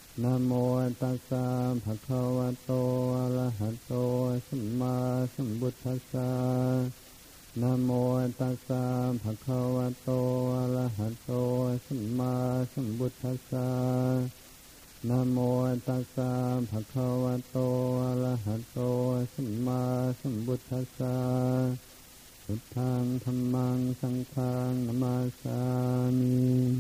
นะโมตัสสะภะคะวะโตอะระหะโตสัมมาสัมพุทธัสสะนะโมตัสสะภะคะวะโตอะระหะโตสัมมาสัมพุทธัสสะนะโมตัสสะภะคะวะโตอะระหะโตสัมมาสัมพุทธัสสะพุทธังธัมมังสังฆังนะมาสามิ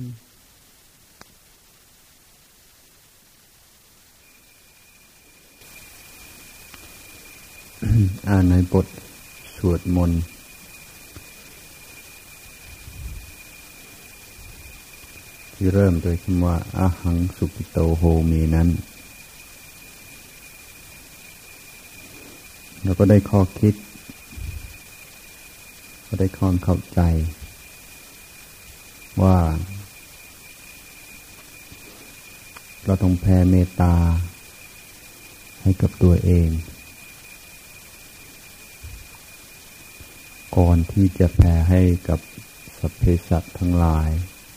อ่านในบทสวดมนต์ที่เริ่มโดยคำว่าอะหังสุขิโตโหมินั้นเราก็ได้ข้อคิดก็ได้ความเข้าใจว่าเราต้องแผ่เมตตาให้กับตัวเองก่อนที่จะแผ่ให้กับสัพเพสัตว์ทั้งหลาย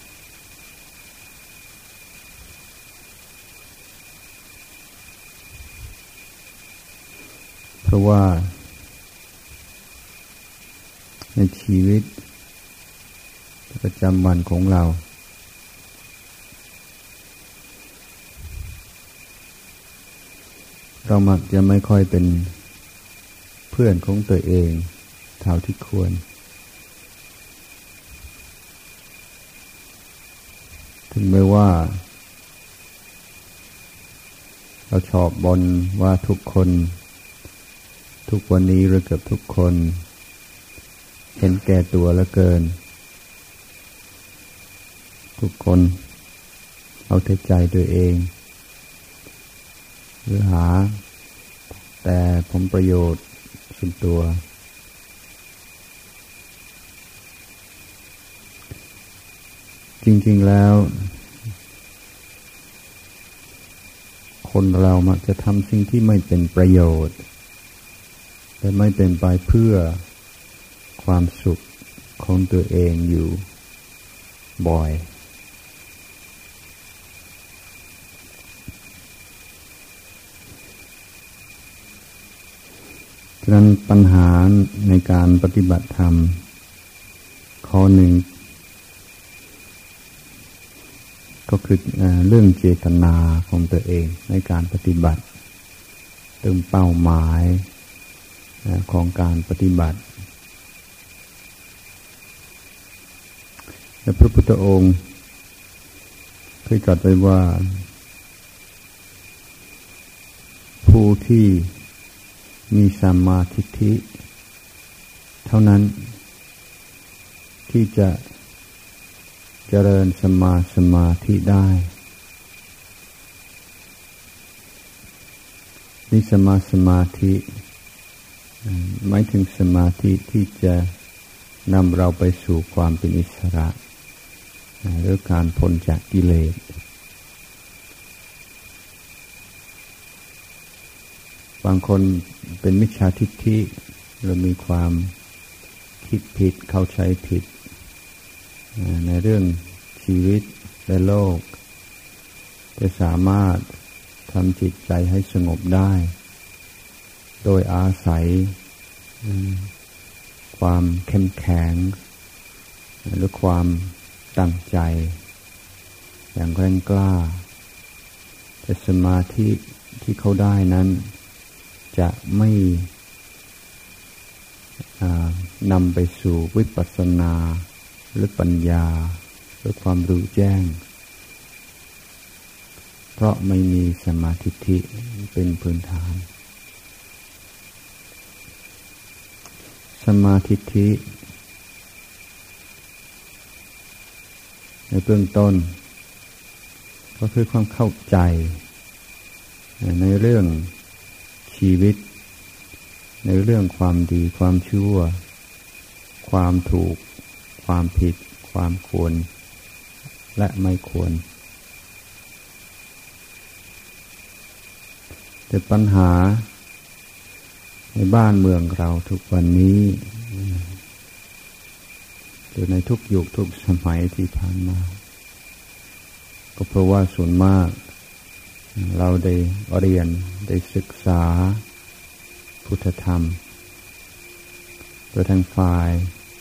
เพราะว่าในชีวิตประจำวันของเรามักจะไม่ค่อยเป็นเพื่อนของตัวเองเท่าที่ควรถึงแม้ว่าเราชอบบ่นว่าทุกคนทุกวันนี้หรือเกือบทุกคนเห็นแก่ตัวเหลือเกินทุกคนเอาแต่ใจตัวเองหรือหาแต่ผลประโยชน์ส่วนตัวจริงๆแล้วคนเรามักจะทำสิ่งที่ไม่เป็นประโยชน์แต่ไม่เป็นไปเพื่อความสุขของตัวเองอยู่บ่อยฉะนั้นปัญหาในการปฏิบัติธรรมข้อหนึ่งก็คือเรื่องเจตนาของตัวเองในการปฏิบัติถึงเป้าหมายของการปฏิบัติและพระพุทธองค์เคยตรัสไว้ว่าผู้ที่มีสัมมาทิฏฐิเท่านั้นที่จะเจริญสมาธิได้นี่สมาธิหมายถึงสมาธิที่จะนำเราไปสู่ความเป็นอิสระหรือการพ้นจากกิเลสบางคนเป็นมิจฉาทิฏฐิหรือมีความคิดผิดเข้าใจผิดในเรื่องชีวิตและโลกจะสามารถทำจิตใจให้สงบได้โดยอาศัยความเข้มแข็งหรือความตั้งใจอย่างแรงกล้าแต่สมาธิที่เขาได้นั้นจะไม่นำไปสู่วิปัสสนาหรือปัญญาหรือความรู้แจ้งเพราะไม่มีสมาธิเป็นพื้นฐานสมาธิในเบื้องต้นก็คือความเข้าใจในเรื่องชีวิตในเรื่องความดีความชั่วความถูกความผิดความควรและไม่ควรแต่ปัญหาในบ้านเมืองเราทุกวันนี้หรือในทุกยุคทุกสมัยที่ผ่านมาก็เพราะว่าส่วนมากเราได้เรียนได้ศึกษาพุทธธรรมโดยทางฝ่าย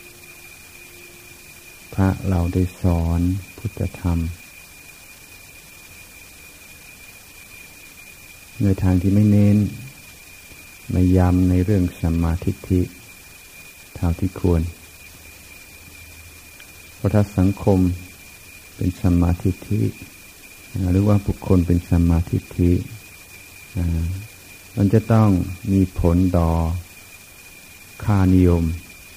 พระเราได้สอนพุทธธรรมในทางที่ไม่เน้นไม่ย้ำในเรื่องสัมมาทิฏฐิเท่าที่ควรเพราะถ้าสังคมเป็นสัมมาทิฏฐิหรือว่าบุคคลเป็นสัมมาทิฏฐิมันจะต้องมีผลต่อค่านิยม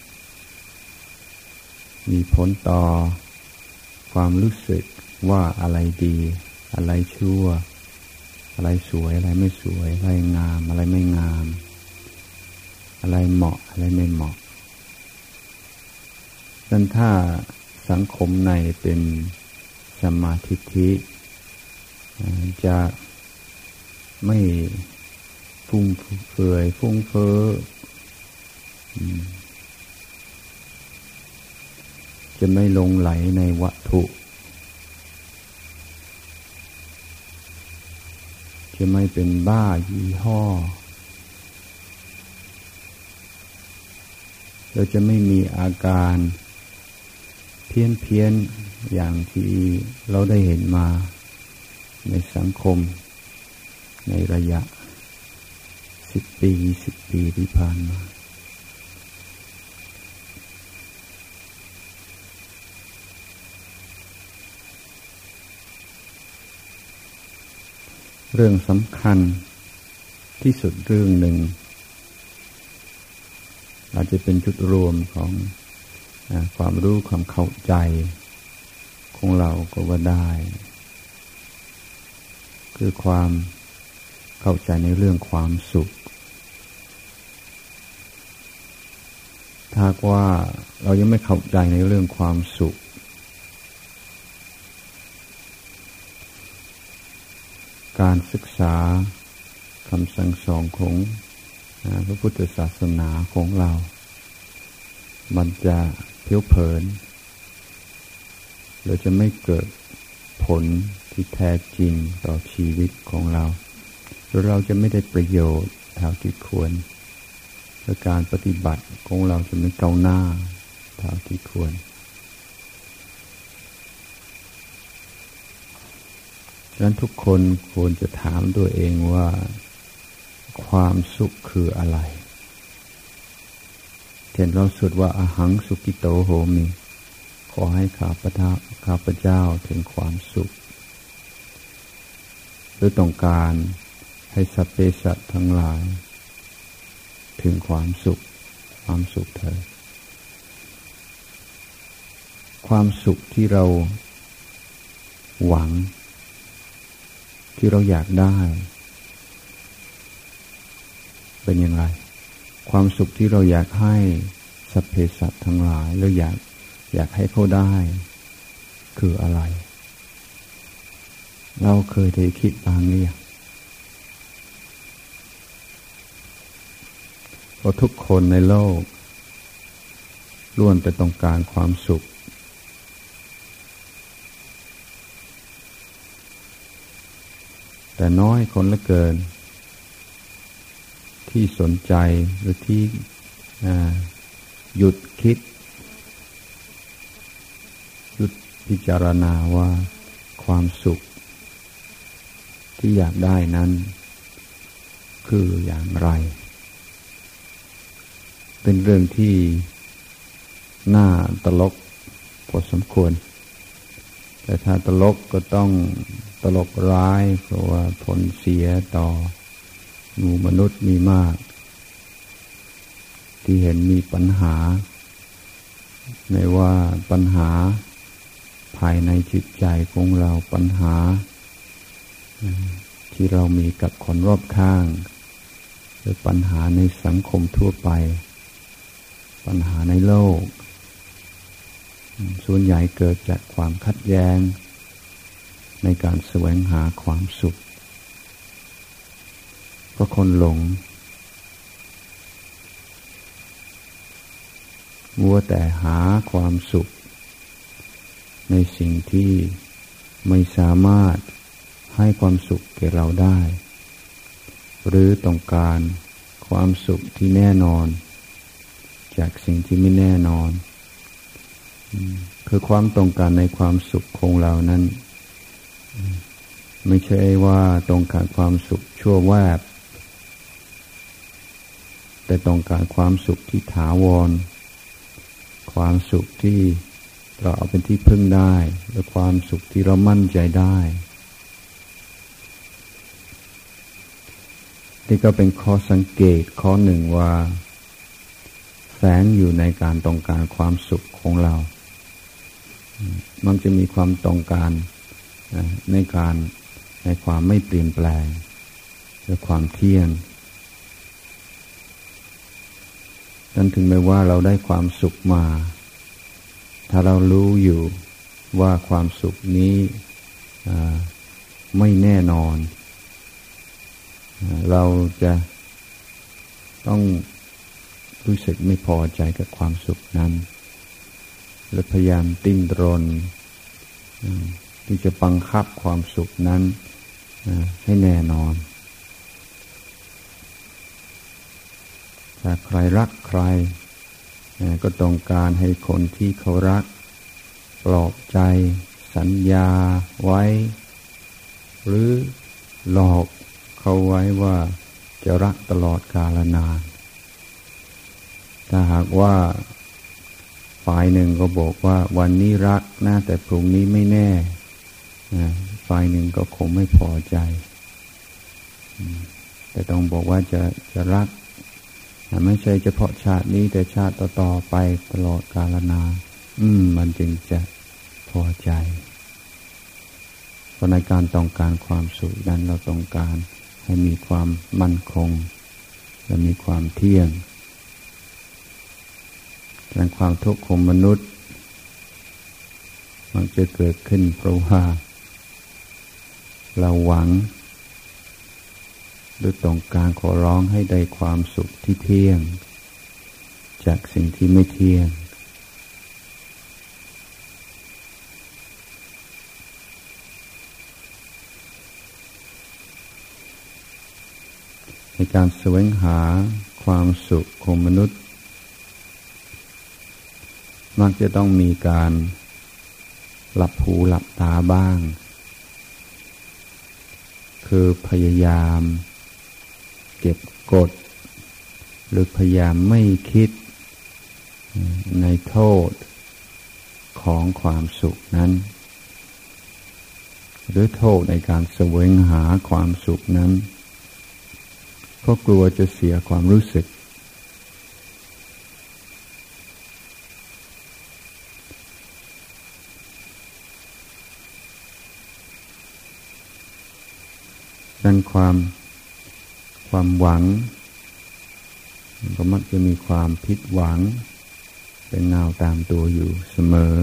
มีผลต่อความรู้สึกว่าอะไรดีอะไรชั่วอะไรสวยอะไรไม่สวยอะไรงามอะไรไม่งามอะไรเหมาะอะไรไม่เหมาะดังนั้นถ้าสังคมในเป็นสัมมาทิฏฐิจะไม่ฟุ่มเฟือยฟุ้งเฟ้อจะไม่หลงไหลในวัตถุจะไม่เป็นบ้ายี่ห้อเราจะไม่มีอาการเพี้ยนอย่างที่เราได้เห็นมาในสังคมในระยะ10 ปี20 ปีที่ผ่านมาเรื่องสำคัญที่สุดเรื่องหนึ่งอาจจะเป็นจุดรวมของความรู้ความเข้าใจของเราก็ว่าได้คือความเข้าใจในเรื่องความสุขถ้าว่าเรายังไม่เข้าใจในเรื่องความสุขการศึกษาคำสั่งสอนของพระพุทธศาสนาของเรามันจะเพี้ยวเผินเราจะไม่เกิดผลที่แท้จริงต่อชีวิตของเราเราจะไม่ได้ประโยชน์เท่าที่ควรและการปฏิบัติของเราจะไม่ก้าวหน้าเท่าที่ควรฉะนั้นทุกคนควรจะถามตัวเองว่าความสุขคืออะไรเช่นเราสวดว่าอหังสุขิโตโหมิขอให้ข้าพเจ้าถึงความสุขหรือต้องการให้สัพเพสัตว์ทั้งหลายถึงความสุขเถิดความสุขที่เราหวังที่เราอยากได้เป็นอย่างไรความสุขที่เราอยากให้สัพเพสัตว์ทั้งหลายหรืออยากให้เขาได้คืออะไรเราเคยได้คิดบ้างหรือยังเพราะทุกคนในโลกล้วนแต่ต้องการความสุขแต่น้อยคนเหลือเกินที่สนใจหรือที่หยุดคิดหยุดพิจารณาว่าความสุขที่อยากได้นั้นคืออย่างไรเป็นเรื่องที่น่าตลกพอสมควรแต่ถ้าตลกก็ต้องตลกร้ายเพราะว่าผลเสียต่อหมู่มนุษย์มีมากที่เห็นมีปัญหาไม่ว่าปัญหาภายในจิตใจของเราปัญหาที่เรามีกับคนรอบข้างหรือปัญหาในสังคมทั่วไปปัญหาในโลกส่วนใหญ่เกิดจากความขัดแย้งในการแสวงหาความสุขเพราะคนหลงมัวแต่หาความสุขในสิ่งที่ไม่สามารถให้ความสุขแก่เราได้หรือต้องการความสุขที่แน่นอนจากสิ่งที่ไม่แน่นอนคือความต้องการในความสุขของเรานั้นไม่ใช่ว่าต้องการความสุขชั่วแวบแต่ต้องการความสุขที่ถาวรความสุขที่เราเอาเป็นที่พึ่งได้และความสุขที่เรามั่นใจได้นี่ก็เป็นข้อสังเกตข้อหนึ่งว่าแฝงอยู่ในการต้องการความสุขของเรามันจะมีความต้องการในความไม่เปลี่ยนแปลงและความเที่ยงนั่นถึงแม้ว่าเราได้ความสุขมาถ้าเรารู้อยู่ว่าความสุขนี้ไม่แน่นอนเราจะต้องรู้สึกไม่พอใจกับความสุขนั้นและพยายามดิ้นรนที่จะบังคับความสุขนั้นให้แน่นอนถ้าใครรักใครก็ต้องการให้คนที่เขารักปลอบใจสัญญาไว้หรือหลอกเขาไว้ว่าจะรักตลอดกาลนานถ้าหากว่าฝ่ายหนึ่งก็บอกว่าวันนี้รักนะแต่พรุ่งนี้ไม่แน่ฝ่ายหนึ่งก็คงไม่พอใจแต่ต้องบอกว่าจะรักไม่ใช่เฉพาะชาตินี้แต่ชาติต่อๆไปตลอดกาลนานมันจึงจะพอใจเพราะในการต้องการความสุขนั้นเราต้องการให้มีความมั่นคงและมีความเที่ยงและความทุกข์ของมนุษย์มันจะเกิดขึ้นเพราะว่าเราหวังหรือต้องการขอร้องให้ได้ความสุขที่เที่ยงจากสิ่งที่ไม่เที่ยงในการแสวงหาความสุขของมนุษย์มักจะต้องมีการหลับหูหลับตาบ้างคือพยายามเก็บกดหรือพยายามไม่คิดในโทษของความสุขนั้นหรือโทษในการแสวงหาความสุขนั้นเพราะกลัวจะเสียความรู้สึกดังความหวังก็มักจะมีความผิดหวังเป็นเงาตามตัวอยู่เสมอ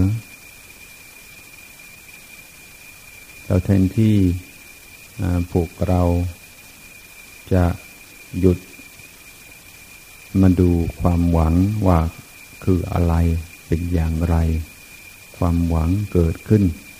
เราแทนที่พวกเราจะหยุดมาดูความหวังว่าคืออะไรเป็นอย่างไรความหวังเกิดขึ้น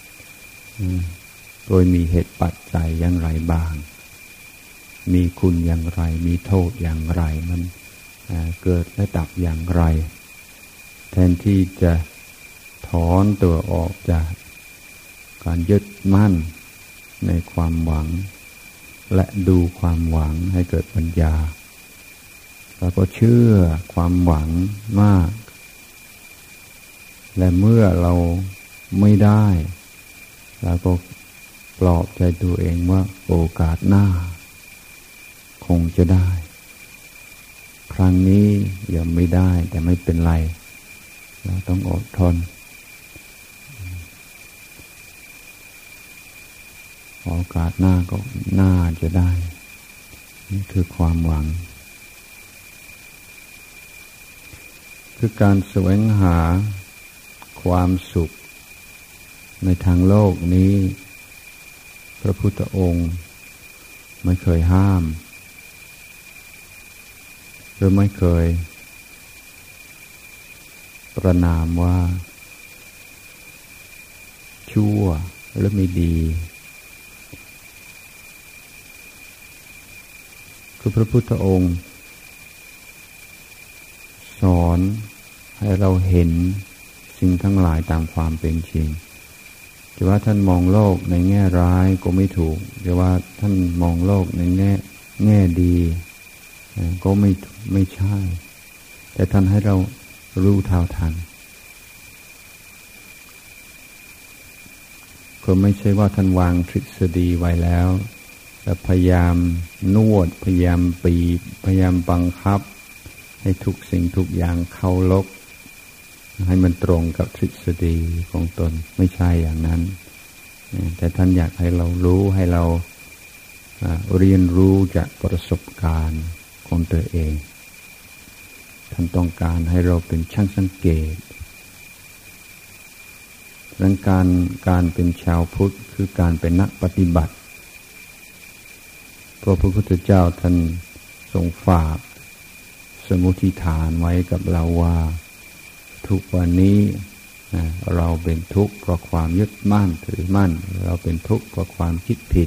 โดยมีเหตุปัจจัยอย่างไรบ้างมีคุณอย่างไรมีโทษอย่างไรมันเกิดและดับอย่างไรแทนที่จะถอนตัวออกจากการยึดมั่นในความหวังและดูความหวังให้เกิดปัญญาเราก็เชื่อความหวังมากและเมื่อเราไม่ได้เราก็ปลอบใจตัวเองว่าโอกาสหน้าคงจะได้ครั้งนี้ยังไม่ได้แต่ไม่เป็นไรเราต้องอดทนโอกาสหน้าก็น่าจะได้นี่คือความหวังคือการแสวงหาความสุขในทางโลกนี้พระพุทธองค์ไม่เคยห้ามหรือไม่เคยประณามว่าชั่วหรือไม่ดีคือพระพุทธองค์สอนให้เราเห็นสิ่งทั้งหลายตามความเป็นจริงจะว่าท่านมองโลกในแง่ร้ายก็ไม่ถูกจะว่าท่านมองโลกในแง่ดีก็ไม่ใช่แต่ท่านให้เรารู้เท่าทันก็ไม่ใช่ว่าท่านวางทฤษฎีไว้แล้วแต่พยายามนวดพยายามบีบพยายามบังคับให้ทุกสิ่งทุกอย่างเข้าลกให้มันตรงกับทฤษฎีของตนไม่ใช่อย่างนั้นแต่ท่านอยากให้เรารู้ให้เราเรียนรู้จากประสบการณ์ของตัวเองท่านต้องการให้เราเป็นช่างสังเกตดังการเป็นชาวพุทธคือการเป็นนักปฏิบัติพระพุทธเจ้าท่านทรงฝากสมุทิฐานไว้กับเราว่าทุกวันนี้เราเป็นทุกข์เพราะความยึดมั่นถือมั่นเราเป็นทุกข์เพราะความคิดผิด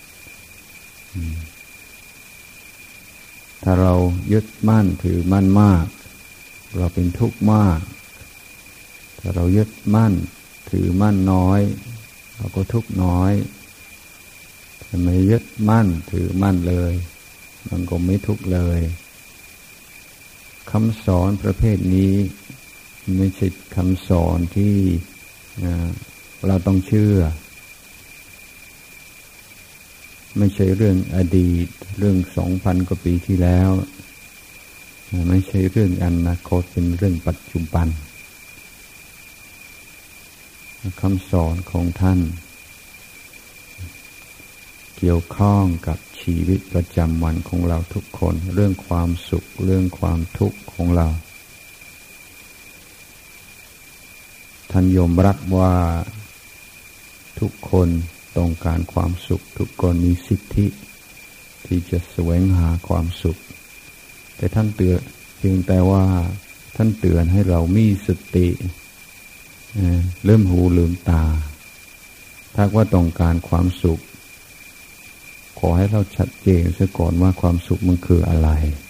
ถ้าเรายึดมั่นถือมั่นมากเราเป็นทุกข์มากถ้าเรายึดมั่นถือมั่นน้อยเราก็ทุกข์น้อยถ้าไม่ยึดมั่นถือมั่นเลยมันก็ไม่ทุกข์เลยคำสอนประเภทนี้ไม่ใช่คำสอนที่เราต้องเชื่อไม่ใช่เรื่องอดีตเรื่อง 2,000 กว่าปีที่แล้วไม่ใช่เรื่องอนาคตเป็นเรื่องปัจจุบันคำสอนของท่านเกี่ยวข้องกับชีวิตประจำวันของเราทุกคนเรื่องความสุขเรื่องความทุกข์ของเราท่านยอมรับว่าทุกคนต้องการความสุขทุกคนมีสิทธิที่จะแสวงหาความสุขแต่ท่านเตือนเพียงแต่ว่าท่านเตือนให้เรามีสติเริ่มหูลืมตาถ้าว่าต้องการความสุขขอให้เราชัดเจนซะก่อนว่าความสุขมันคืออะไร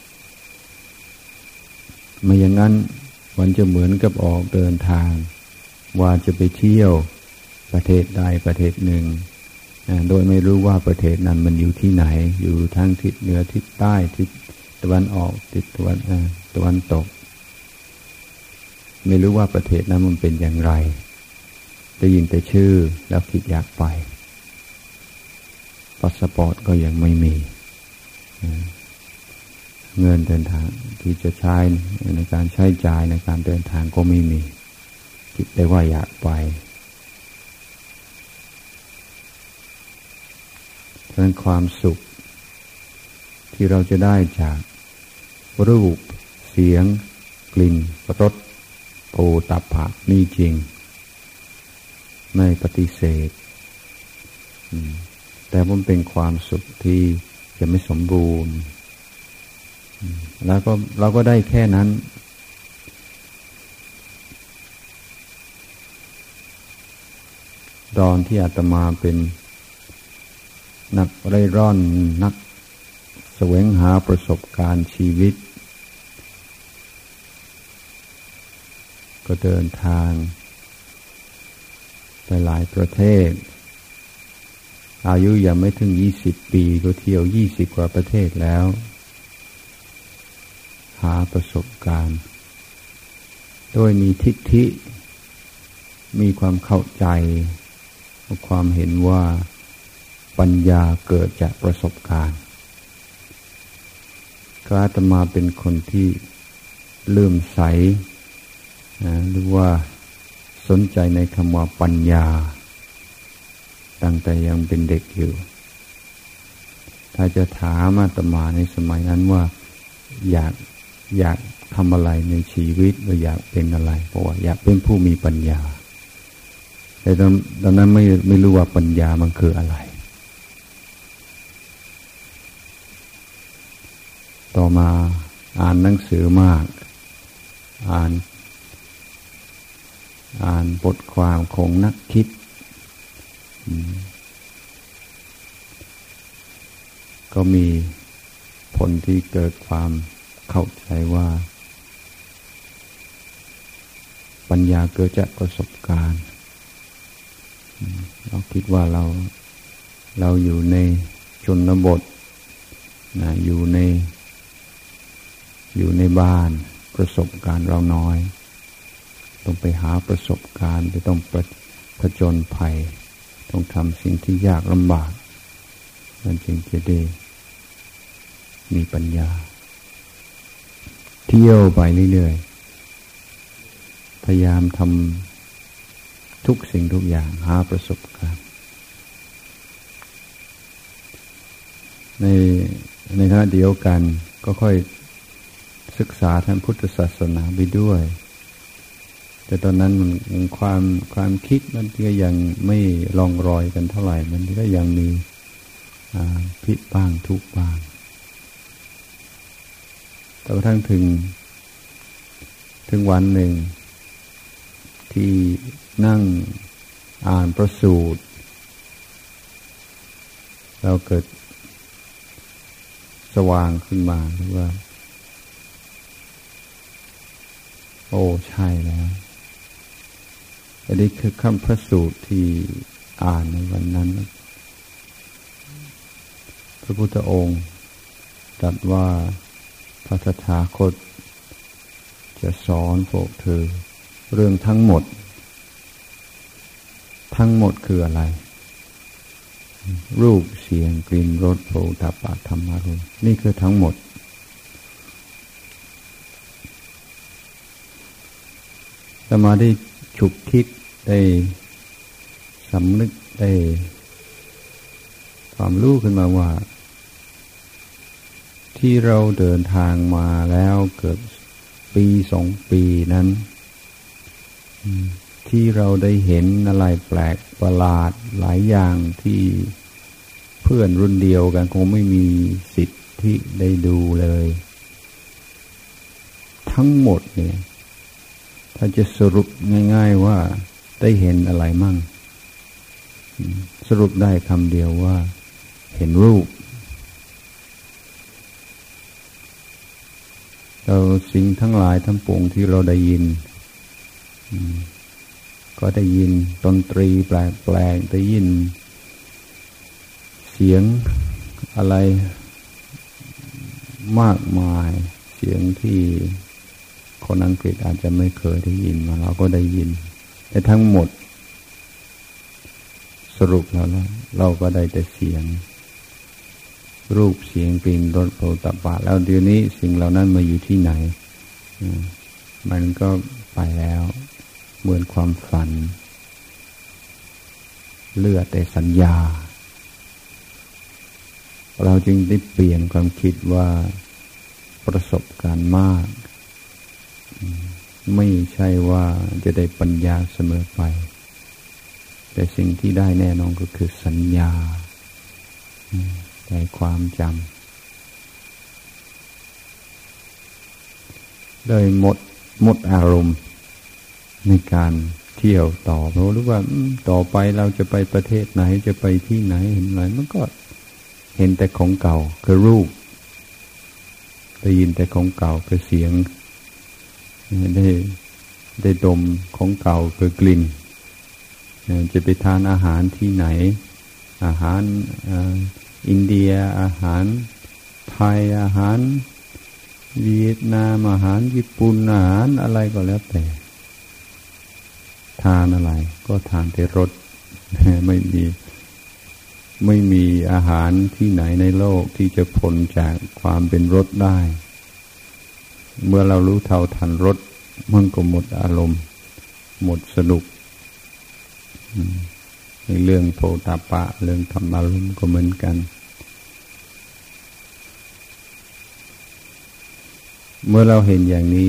ไม่อย่างนั้นมันจะเหมือนกับออกเดินทางว่าจะไปเที่ยวประเทศใดประเทศหนึ่งโดยไม่รู้ว่าประเทศนั้นมันอยู่ที่ไหนอยู่ทางทิศเหนือทิศใต้ทิศตะวันออกทิศตะวันตกไม่รู้ว่าประเทศนั้นมันเป็นอย่างไรได้ยินแต่ชื่อแล้วคิดอยากไปพาสปอร์ตก็ยังไม่มีเงินเดินทางที่จะใช้ในการใช้จ่ายในการเดินทางก็ไม่มีคิดได้ว่าอยากไปเพราะความสุขที่เราจะได้จากรูปเสียงกลิ่นรสโผฏฐัพพะมีจริงไม่ปฏิเสธแต่มันเป็นความสุขที่จะไม่สมบูรณ์แล้วก็เราก็ได้แค่นั้นตอนที่อาตมาเป็นนักเร่ร่อนนักแสวงหาประสบการณ์ชีวิตก็เดินทางไปหลายประเทศอายุยังไม่ถึง20 ปีก็เที่ยว20 กว่าประเทศแล้วหาประสบการณ์โดยมีทิฏฐิมีความเข้าใจความเห็นว่าปัญญาเกิดจากประสบการณ์ก็อาตมาเป็นคนที่เลื่อมใสหรือว่าสนใจในคำว่าปัญญาตั้งแต่ยังเป็นเด็กอยู่ถ้าจะถามอาตมาในสมัยนั้นว่าอยากทำอะไรในชีวิตหรืออยากเป็นอะไรเพราะว่าอยากเป็นผู้มีปัญญาแต่ตอนนั้นไม่รู้ว่าปัญญามันคืออะไรต่อมาอ่านหนังสือมากอ่านบทความของนักคิดก็มีผลที่เกิดความเข้าใจว่าปัญญาเกิดจากประสบการณ์เราคิดว่าเราอยู่ในชนบทนะอยู่ในบ้านประสบการณ์เราน้อยต้องไปหาประสบการณ์ต้องผจญภัยต้องทำสิ่งที่ยากลำบากมันจึงจะได้มีปัญญาเที่ยวไปเรื่อยๆพยายามทำทุกสิ่งทุกอย่างหาประสบการณ์ในขณะเดียวกันก็ค่อยศึกษาทางพุทธศาสนาไปด้วยแต่ตอนนั้นมันความคิดมันก็ยังไม่ลองรอยกันเท่าไหร่มันก็ยังมีผิดบ้างทุกบ้างแต่กระทั่งถึงวันหนึ่งที่นั่งอ่านพระสูตรเราเกิดสว่างขึ้นมาหรือว่าโอ้ใช่แล้วอันนี้คือคำพระสูตรที่อ่านในวันนั้นพระพุทธองค์ตรัสว่าพระตถาคตจะสอนพวกเธอเรื่องทั้งหมดคืออะไรรูปเสียงกลิ่นรสโผฏฐัพพะธรรมารมณ์นี่คือทั้งหมดสมาธิฉุกคิดได้สำนึกได้ความรู้ขึ้นมาว่าที่เราเดินทางมาแล้วเกือบปี2 ปีนั้นที่เราได้เห็นอะไรแปลกประหลาดหลายอย่างที่เพื่อนรุ่นเดียวกันคงไม่มีสิทธิ์ที่ได้ดูเลยทั้งหมดเนี่ยถ้าจะสรุปง่ายๆว่าได้เห็นอะไรมั่งสรุปได้คำเดียวว่าเห็นรูปเราสิ่งทั้งหลายทั้งปวงที่เราได้ยินก็ได้ยินดนตรีแปลกๆได้ยินเสียงอะไรมากมายเสียงที่คนอังกฤษอาจจะไม่เคยได้ยินมาเราก็ได้ยินแต่ทั้งหมดสรุปแล้วเราก็ได้แต่เสียงรูปเสียงกลิ่นรสโผฏฐัพพะแล้วเดี๋ยวนี้สิ่งเหล่านั้นมาอยู่ที่ไหนมันก็ไปแล้วเหมือนความฝันเหลือแต่สัญญาเราจึงได้เปลี่ยนความคิดว่าประสบการณ์มากไม่ใช่ว่าจะได้ปัญญาเสมอไปแต่สิ่งที่ได้แน่นอนก็คือสัญญาในความจำเลยหมดอารมณ์ในการเที่ยวต่อเพราะรู้ว่าต่อไปเราจะไปประเทศไหนจะไปที่ไหนเห็นอะไรมันก็เห็นแต่ของเก่าคือรูปได้ยินแต่ของเก่าคือเสียงได้ดมของเก่าคือกลิ่นจะไปทานอาหารที่ไหนอาหารอินเดียอาหารไทยอาหารเวียดนามอาหารญี่ปุ่นอาหารอะไรก็แล้วแต่ทานอะไรก็ทานแต่รสไม่มีอาหารที่ไหนในโลกที่จะพ้นจากความเป็นรสได้เมื่อเรารู้เท่าทันรสมันก็หมดอารมณ์หมดสนุกในเรื่องโผฏฐัพพะเรื่องธรรมารมณ์ก็เหมือนกันเมื่อเราเห็นอย่างนี้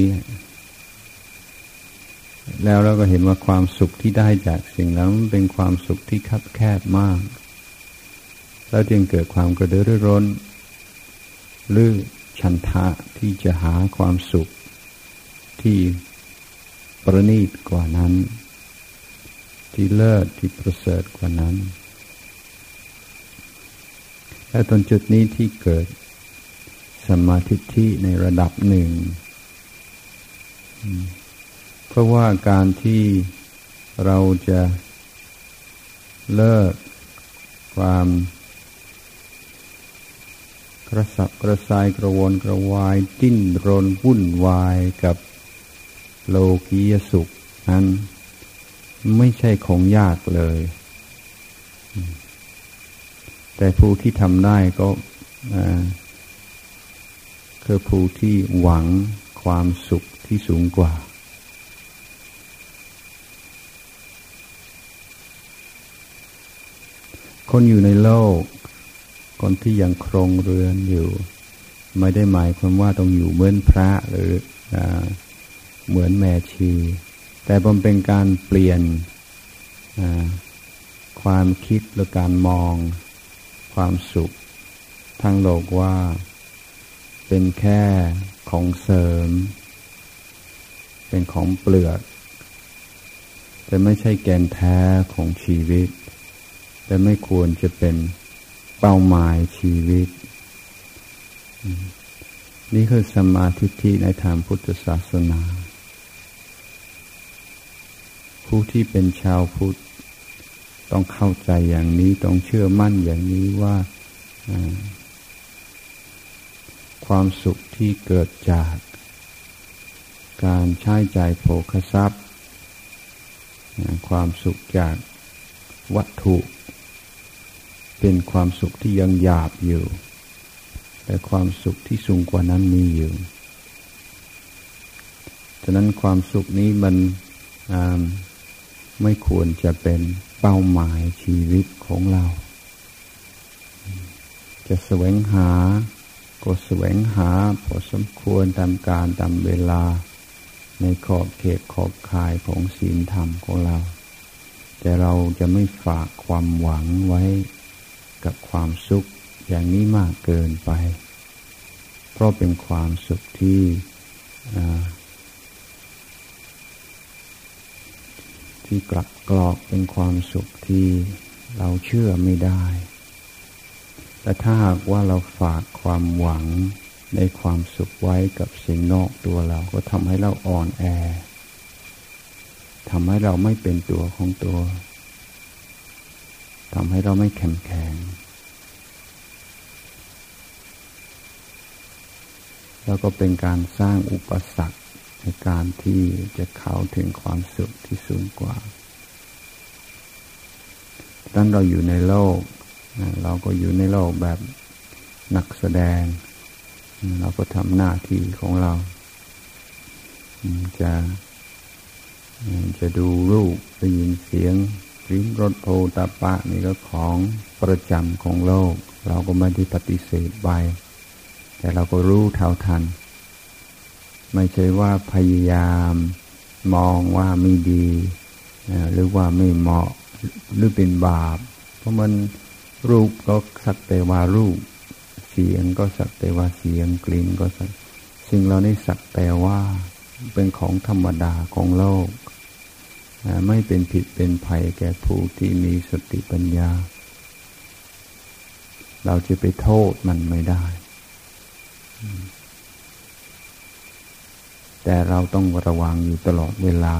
แล้วเราก็เห็นว่าความสุขที่ได้จากสิ่งนั้นเป็นความสุขที่คับแคบมากแล้วจึงเกิดความกระตือรือร้นหรือฉันทะที่จะหาความสุขที่ประณีตกว่านั้นที่เลิศที่ประเสริฐกว่านั้นและตอนจุดนี้ที่เกิดสัมมาทิฏฐิในระดับหนึ่งเพราะว่าการที่เราจะเลิกความกระสับกระส่ายกระวนกระวายดิ้นรนวุ่นวายกับโลกียสุขนั้นไม่ใช่ของยากเลยแต่ผู้ที่ทำได้ก็คือผู้ที่หวังความสุขที่สูงกว่าคนอยู่ในโลกคนที่ยังครองเรือนอยู่ไม่ได้หมายความว่าต้องอยู่เหมือนพระหรือเหมือนแม่ชีแต่มันเป็นการเปลี่ยนความคิดหรือการมองความสุขทางโลกว่าเป็นแค่ของเสริมเป็นของเปลือกแต่ไม่ใช่แกนแท้ของชีวิตแต่ไม่ควรจะเป็นเป้าหมายชีวิตนี่คือสัมมาทิฏฐิในทางพุทธศาสนาผู้ที่เป็นชาวพุทธต้องเข้าใจอย่างนี้ต้องเชื่อมั่นอย่างนี้ว่าความสุขที่เกิดจากการใช้จ่ายโภคทรัพย์ความสุขจากวัตถุเป็นความสุขที่ยังหยาบอยู่แต่ความสุขที่สูงกว่านั้นมีอยู่ฉะนั้นความสุขนี้มันไม่ควรจะเป็นเป้าหมายชีวิตของเราจะแสวงหาก็แสวงหาพอสมควรตามกาลตามเวลาในขอบเขตขอบข่ายของศีลธรรมของเราแต่เราจะไม่ฝากความหวังไว้กับความสุขอย่างนี้มากเกินไปเพราะเป็นความสุขที่กลับกรอกเป็นความสุขที่เราเชื่อไม่ได้แต่ถ้าหากว่าเราฝากความหวังในความสุขไว้กับสิ่งนอกตัวเราก็ทำให้เราอ่อนแอทำให้เราไม่เป็นตัวของตัวทำให้เราไม่แข็งแรงแล้วก็เป็นการสร้างอุปสรรคในการที่จะเข้าถึงความสุขที่สูงกว่าดังนั้นเราอยู่ในโลกเราก็อยู่ในโลกแบบนักแสดงเราก็ทำหน้าที่ของเราจะดูรูปได้ยินเสียงลิ้มรสโผฏฐัพพะนี่ก็ของประจำของโลกเราก็ไม่ได้ปฏิเสธไปแต่เราก็รู้เท่าทันไม่ใช่ว่าพยายามมองว่าไม่ดีหรือว่าไม่เหมาะหรือเป็นบาปเพราะมันรูปก็สักแต่ว่ารูปเสียงก็สักแต่ว่าเสียงกลิ่นก็สักสิ่งเหล่านี้สักแต่ว่าเป็นของธรรมดาของโลกไม่เป็นผิดเป็นภัยแก่ผู้ที่มีสติปัญญาเราจะไปโทษมันไม่ได้แต่เราต้องระวังอยู่ตลอดเวลา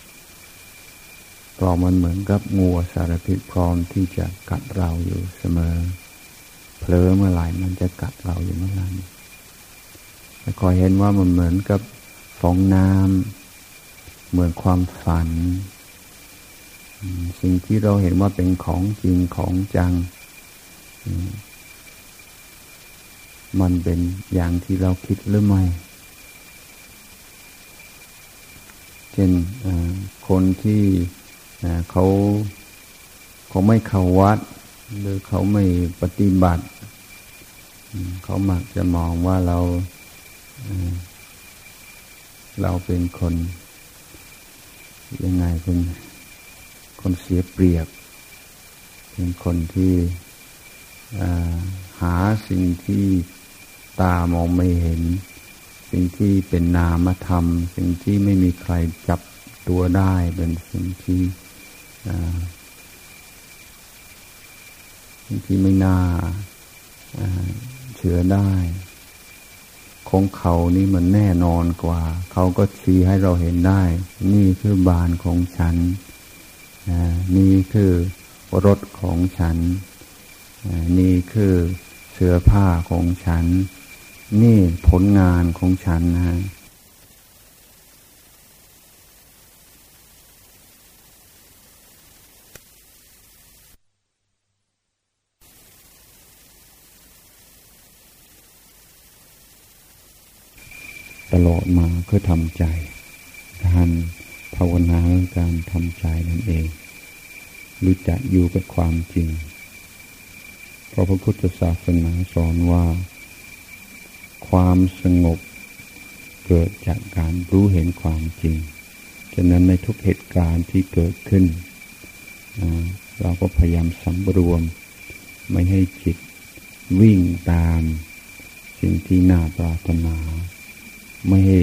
เพราะมันเหมือนกับงูสารพิษพร้อมที่จะกัดเราอยู่เสมอเผลอเมื่อไหร่มันจะกัดเราอยู่เมื่อนั้นแต่คอยเห็นว่ามันเหมือนกับฟองน้ำเหมือนความฝันสิ่งที่เราเห็นว่าเป็นของจริงของจังมันเป็นอย่างที่เราคิดหรือไม่เช่นคนที่เขาไม่เข้าวัดหรือเขาไม่ปฏิบัติเขามักจะมองว่าเราเป็นคนยังไงเป็นคนเสียเปรียบเป็นคนที่หาสิ่งที่ตามองไม่เห็นสิ่งที่เป็นนามธรรมสิ่งที่ไม่มีใครจับตัวได้เป็นสิ่งที่ไม่น่าเชื่อได้ของเขานี่มันแน่นอนกว่าเขาก็ชี้ให้เราเห็นได้นี่คือบานของฉันนี่คือรถของฉันนี่คือเสื้อผ้าของฉันนี่ผลงานของฉันนะตลอดมาคือทำใจการภาวนาเรื่องการทำใจนั่นเองรู้จักอยู่กับความจริงเพราะพระพุทธศาสนาสอนว่าความสงบเกิดจากการรู้เห็นความจริงฉะนั้นในทุกเหตุการณ์ที่เกิดขึ้นเราก็พยายามสำรวมไม่ให้จิตวิ่งตามสิ่งที่น่าปรารถนาไม่ให้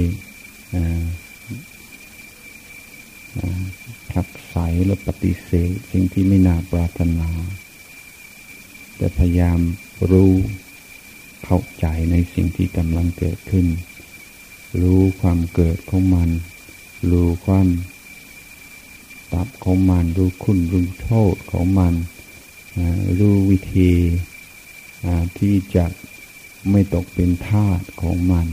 ผลักไสและปฏิเสธสิ่งที่ไม่น่าปรารถนาแต่พยายามรู้เข้าใจในสิ่งที่กำลังเกิดขึ้นรู้ความเกิดของมันรู้ความดับของมันรู้คุณรู้โทษของมันรู้วิธีที่จะไม่ตกเป็นทาสของมัน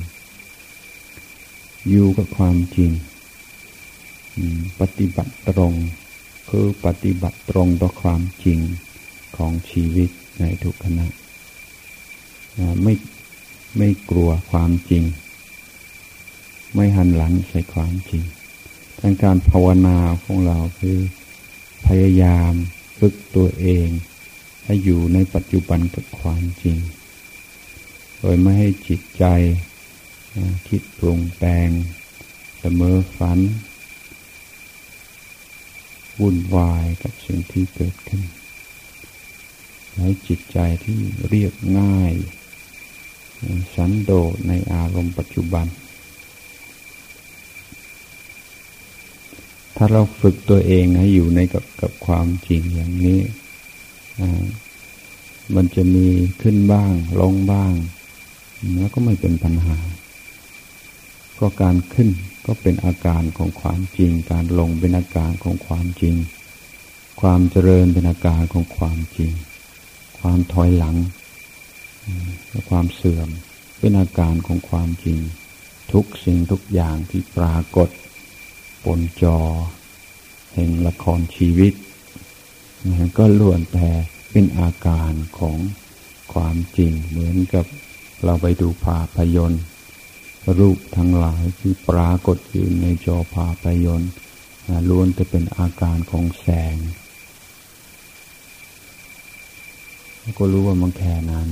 อยู่กับความจริงปฏิบัติตรงคือปฏิบัติตรงต่อความจริงของชีวิตในทุกขณะไม่กลัวความจริงไม่หันหลังใส่ความจริงทั้งการภาวนาของเราคือพยายามฝึกตัวเองให้อยู่ในปัจจุบันกับความจริงโดยไม่ให้จิตใจคิดปรุงแต่งเสมอฝันวุ่นวายกับสิ่งที่เกิดขึ้นให้จิตใจที่เรียบง่ายสันโดษในอารมณ์ปัจจุบันถ้าเราฝึกตัวเองให้อยู่ในกับความจริงอย่างนี้มันจะมีขึ้นบ้างลงบ้างแล้วก็ไม่เป็นปัญหาเพราะการขึ้นก็เป็นอาการของความจริงการลงเป็นอาการของความจริงความเจริญเป็นอาการของความจริงความถอยหลังและความเสื่อมเป็นอาการของความจริงทุกสิ่งทุกอย่างที่ปรากฏบนจอแห่งละครชีวิตก็ล้วนแต่เป็นอาการของความจริงเหมือนกับเราไปดูภาพยนตร์รูปทั้งหลายที่ปรากฏอยู่ในจอภาพยนตร์ล้วนแต่เป็นอาการของแสงก็รู้ว่ามันแค่นั้น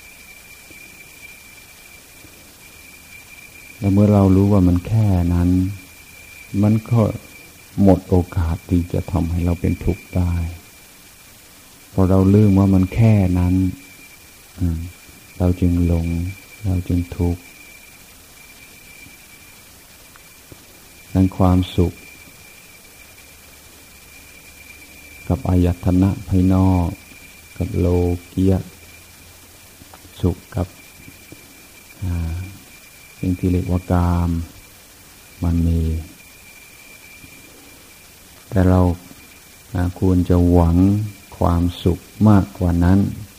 แล้วเมื่อเรารู้ว่ามันแค่นั้นมันก็หมดโอกาสที่จะทำให้เราเป็นทุกข์ได้พอเราลืมว่ามันแค่นั้นเราจึงหลงเราจึงทุกข์นั้นความสุขกับอายตนะภายนอกกับโลกียะสุขกับสิ่งที่เรียกว่ากามมันมีแต่เราควรจะหวังความสุขมากกว่านั้น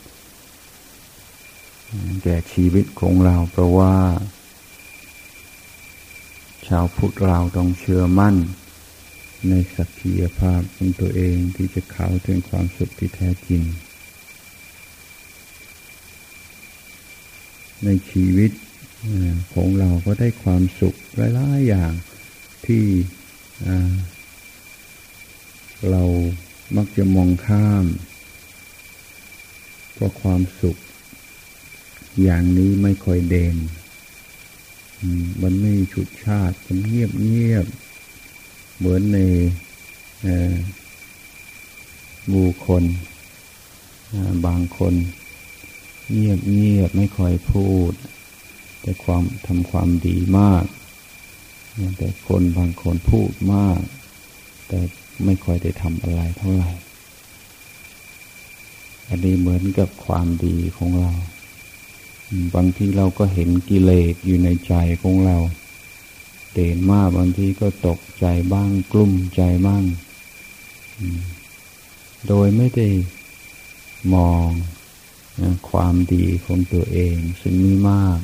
แก่ชีวิตของเราเพราะว่าชาวพุทธเราต้องเชื่อมั่นในศักยภาพของตัวเองที่จะเข้าถึงความสุขที่แท้จริงในชีวิตของเราก็ได้ความสุขหลายๆอย่างที่เรามักจะมองข้ามเพราะความสุขอย่างนี้ไม่ค่อยเด่นมันไม่ฉุดฉาดมันเงียบเหมือนในหมู่คนบางคนเงียบไม่ค่อยพูดแต่ทำความดีมากแต่คนบางคนพูดมากแต่ไม่ค่อยได้ทำอะไรเท่าไหร่อันนี้เหมือนกับความดีของเราบางทีเราก็เห็นกิเลสอยู่ในใจของเราเด่นมากบางทีก็ตกใจบ้างกลุ้มใจบ้างโดยไม่ได้มองความดีของตัวเองซึ่งมีมาก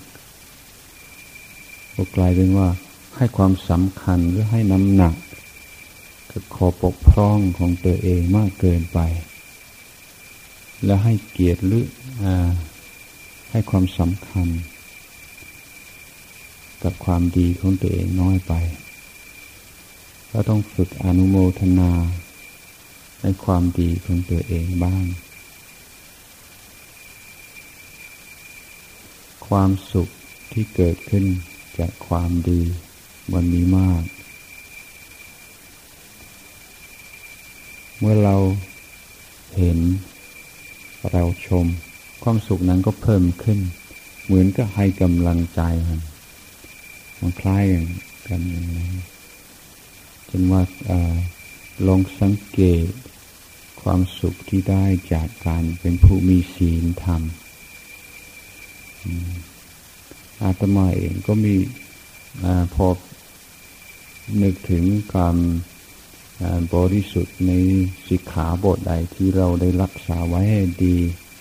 ก็กลายเป็นว่าให้ความสำคัญหรือให้น้ำหนักกับข้อบกพร่องของตัวเองมากเกินไปและให้เกียรติหรือให้ความสำคัญกับความดีของตัวเองน้อยไปก็ต้องฝึกอนุโมทนาในความดีของตัวเองบ้างความสุขที่เกิดขึ้นจากความดีมันมีมากเมื่อเราเห็นเราชมความสุขนั้นก็เพิ่มขึ้นเหมือนกับให้กำลังใจมันคล้ายกันอย่างนี้จนว่าลองสังเกตความสุขที่ได้จากการเป็นผู้มีศีลธรรมอาตมาเองก็มีพอนึกถึงการบริสุทธิ์ในสิกขาบทใดที่เราได้รักษาไว้ให้ดี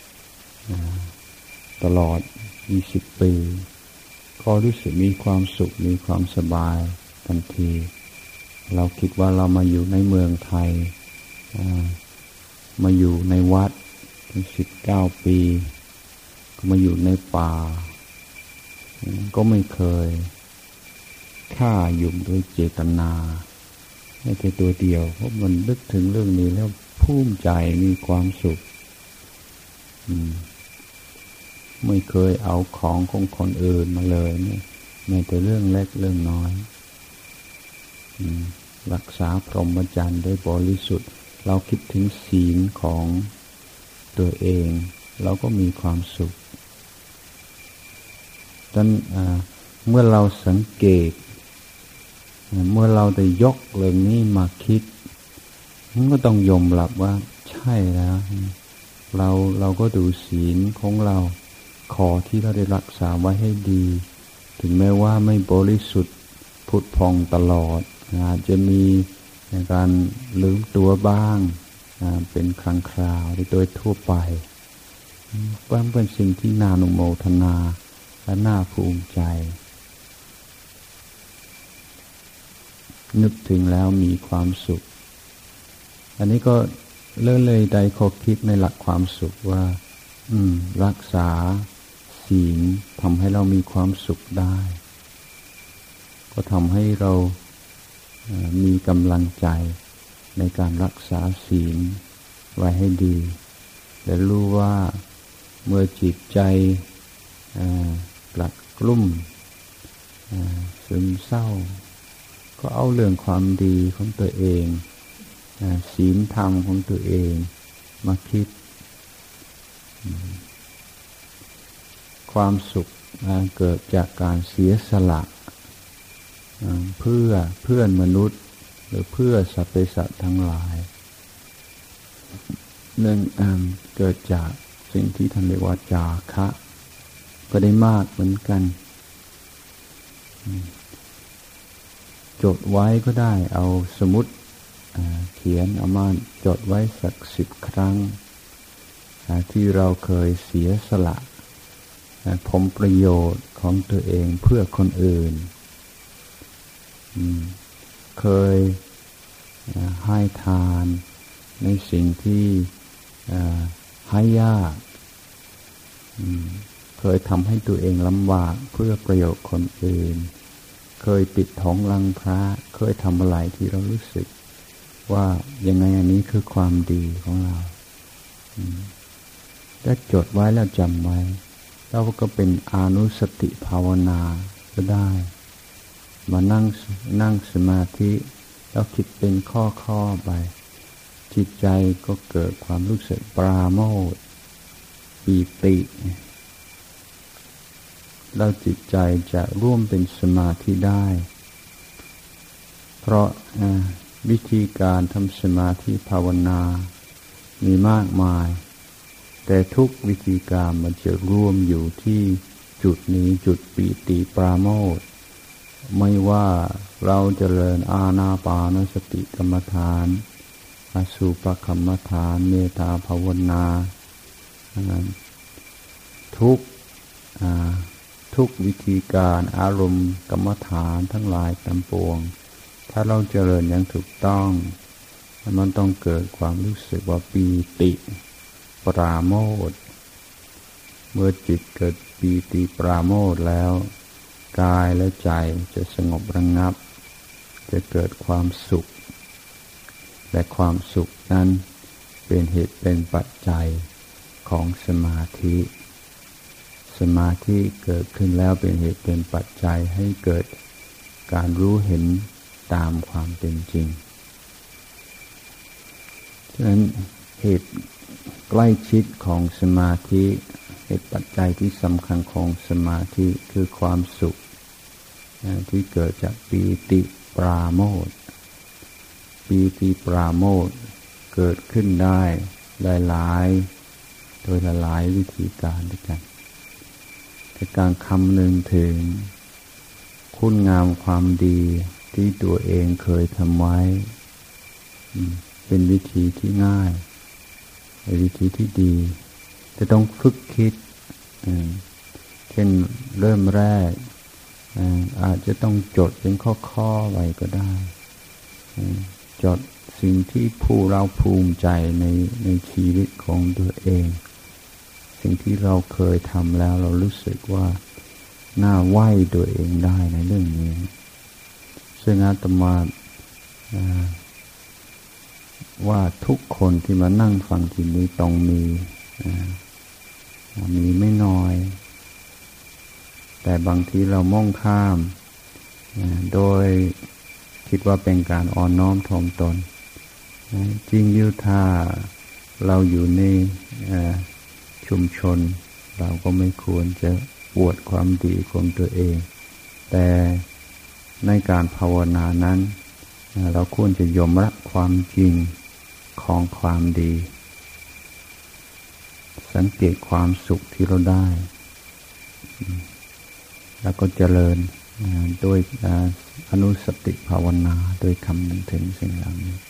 ตลอด20 ปีก็รู้สึกมีความสุขมีความสบายทันทีเราคิดว่าเรามาอยู่ในเมืองไทยมาอยู่ในวัดถึง19 ปีก็มาอยู่ในป่าก็ไม่เคยฆ่ายุงด้วยเจตนาไม่ใช่ตัวเดียวเพราะมันนึกถึงเรื่องนี้แล้วภูมิใจมีความสุขไม่เคยเอาของของคนอื่นมาเลยเนี่ยแม้แต่เรื่องเล็กเรื่องน้อยรักษาพรหมจรรย์ได้บริสุทธิ์เราคิดถึงศีลของตัวเองเราก็มีความสุขเมื่อเราสังเกตเมื่อเราได้ยกเรื่องนี้มาคิดมันก็ต้องยอมรับว่าใช่แล้วเราก็ดูศีลของเราขอที่เราได้รักษาไว้ให้ดีถึงแม้ว่าไม่บริสุทธิ์ผุดพองตลอดอาจจะมีการลืมตัวบ้างเป็นครั้งคราวโดยทั่วไปเป็นสิ่งที่น่าอนุโมทนาและน่าภูมิใจนึกถึงแล้วมีความสุขอันนี้ก็เลยได้ข้อคิดในหลักความสุขว่ารักษาศีลทำให้เรามีความสุขได้ก็ทำให้เรามีกำลังใจในการรักษาศีลไว้ให้ดีและรู้ว่าเมื่อจิตใจกลัดกลุ้มซึมเศร้าก็เอาเรื่องความดีของตัวเองศีลธรรมของตัวเองมาคิดความสุขเกิดจากการเสียสละเพื่อเพื่อนมนุษย์หรือเพื่อสรรพสัตว์ทั้งหลายเรื่องเกิดจากสิ่งที่ท่านเรียกว่าจาคะก็ได้มากเหมือนกันจดไว้ก็ได้เอาสมุดเขียนเอามาจดไว้สัก10 ครั้งที่เราเคยเสียสละผลประโยชน์ของตัวเองเพื่อคนอื่นเคยให้ทานในสิ่งที่ให้ยากเคยทำให้ตัวเองลำบากเพื่อประโยชน์คนอื่นเคยปิดท้องลังพระเคยทำอะไรที่เรารู้สึกว่ายังไงอันนี้คือความดีของเราถ้าจดไว้แล้วจำไว้เราก็เป็นอานุสติภาวนาก็ได้มานั่งสมาธิแล้วคิดเป็นข้อไปจิตใจก็เกิดความรู้สึกปราโมทย์ปีติแล้วจิตใจจะร่วมเป็นสมาธิได้เพราะวิธีการทำสมาธิภาวนามีมากมายแต่ทุกวิธีการมันจะร่วมอยู่ที่จุดนี้จุดปีติปราโมทย์ไม่ว่าเราเจริญอานาปานสติกรรมฐานอสุภกรรมฐานเมตตาภาวนาทุกวิธีการอารมณ์กรรมฐานทั้งหลายทั้งปวงถ้าเราเจริญอย่างถูกต้องมันต้องเกิดความรู้สึกว่าปีติปราโมทย์เมื่อจิตเกิดปีติปราโมทย์แล้วกายและใจจะสงบระงับจะเกิดความสุขและความสุขนั้นเป็นเหตุเป็นปัจจัยของสมาธิสมาธิเกิดขึ้นแล้วเป็นเหตุเป็นปัจจัยให้เกิดการรู้เห็นตามความเป็นจริงฉะนั้นเหตุใกล้ชิดของสมาธิเหตุปัจจัยที่สำคัญของสมาธิคือความสุขที่เกิดจากปีติปราโมทย์ปีติปราโมทย์เกิดขึ้นได้หลายโดยหลายวิธีการด้วยกันแต่การคำนึงถึงคุณงามความดีที่ตัวเองเคยทำไว้เป็นวิธีที่ง่ายเป็นวิธีที่ดีจะต้องฝึกคิดเช่นเริ่มแรกอาจจะต้องจดเป็นข้อๆไว้ก็ได้จดสิ่งที่เราภูมิใจในชีวิตของตัวเองสิ่งที่เราเคยทำแล้วเรารู้สึกว่าน่าไหว้ตัวเองได้ในเรื่องนี้ซึ่งอาตมาว่าทุกคนที่มานั่งฟังที่นี้ต้องมีไม่น้อยแต่บางทีเรามองข้ามโดยคิดว่าเป็นการอ่อนน้อมถ่อมตนจริงอยู่ถ้าเราอยู่ในชุมชนเราก็ไม่ควรจะอวดความดีของตัวเองแต่ในการภาวนานั้นเราควรจะยอมรับความจริงของความดีสังเกตความสุขที่เราได้แล้วก็เจริญโดยอนุสติภาวนาโดยคำนึกถึงสิ่งเหล่านี้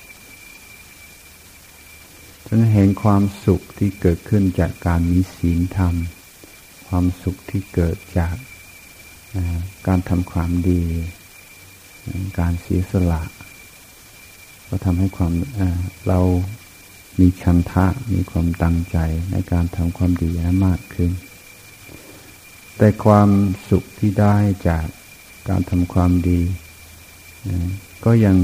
จนเห็นความสุขที่เกิดขึ้นจากการมีศีลธรรมความสุขที่เกิดจากการทำความดีการเสียสละก็ทำให้เรามีฉันทะมีความตั้งใจในการทำความดีนั้นมากขึ้นแต่ความสุขที่ได้จากการทำความดีก็ยัง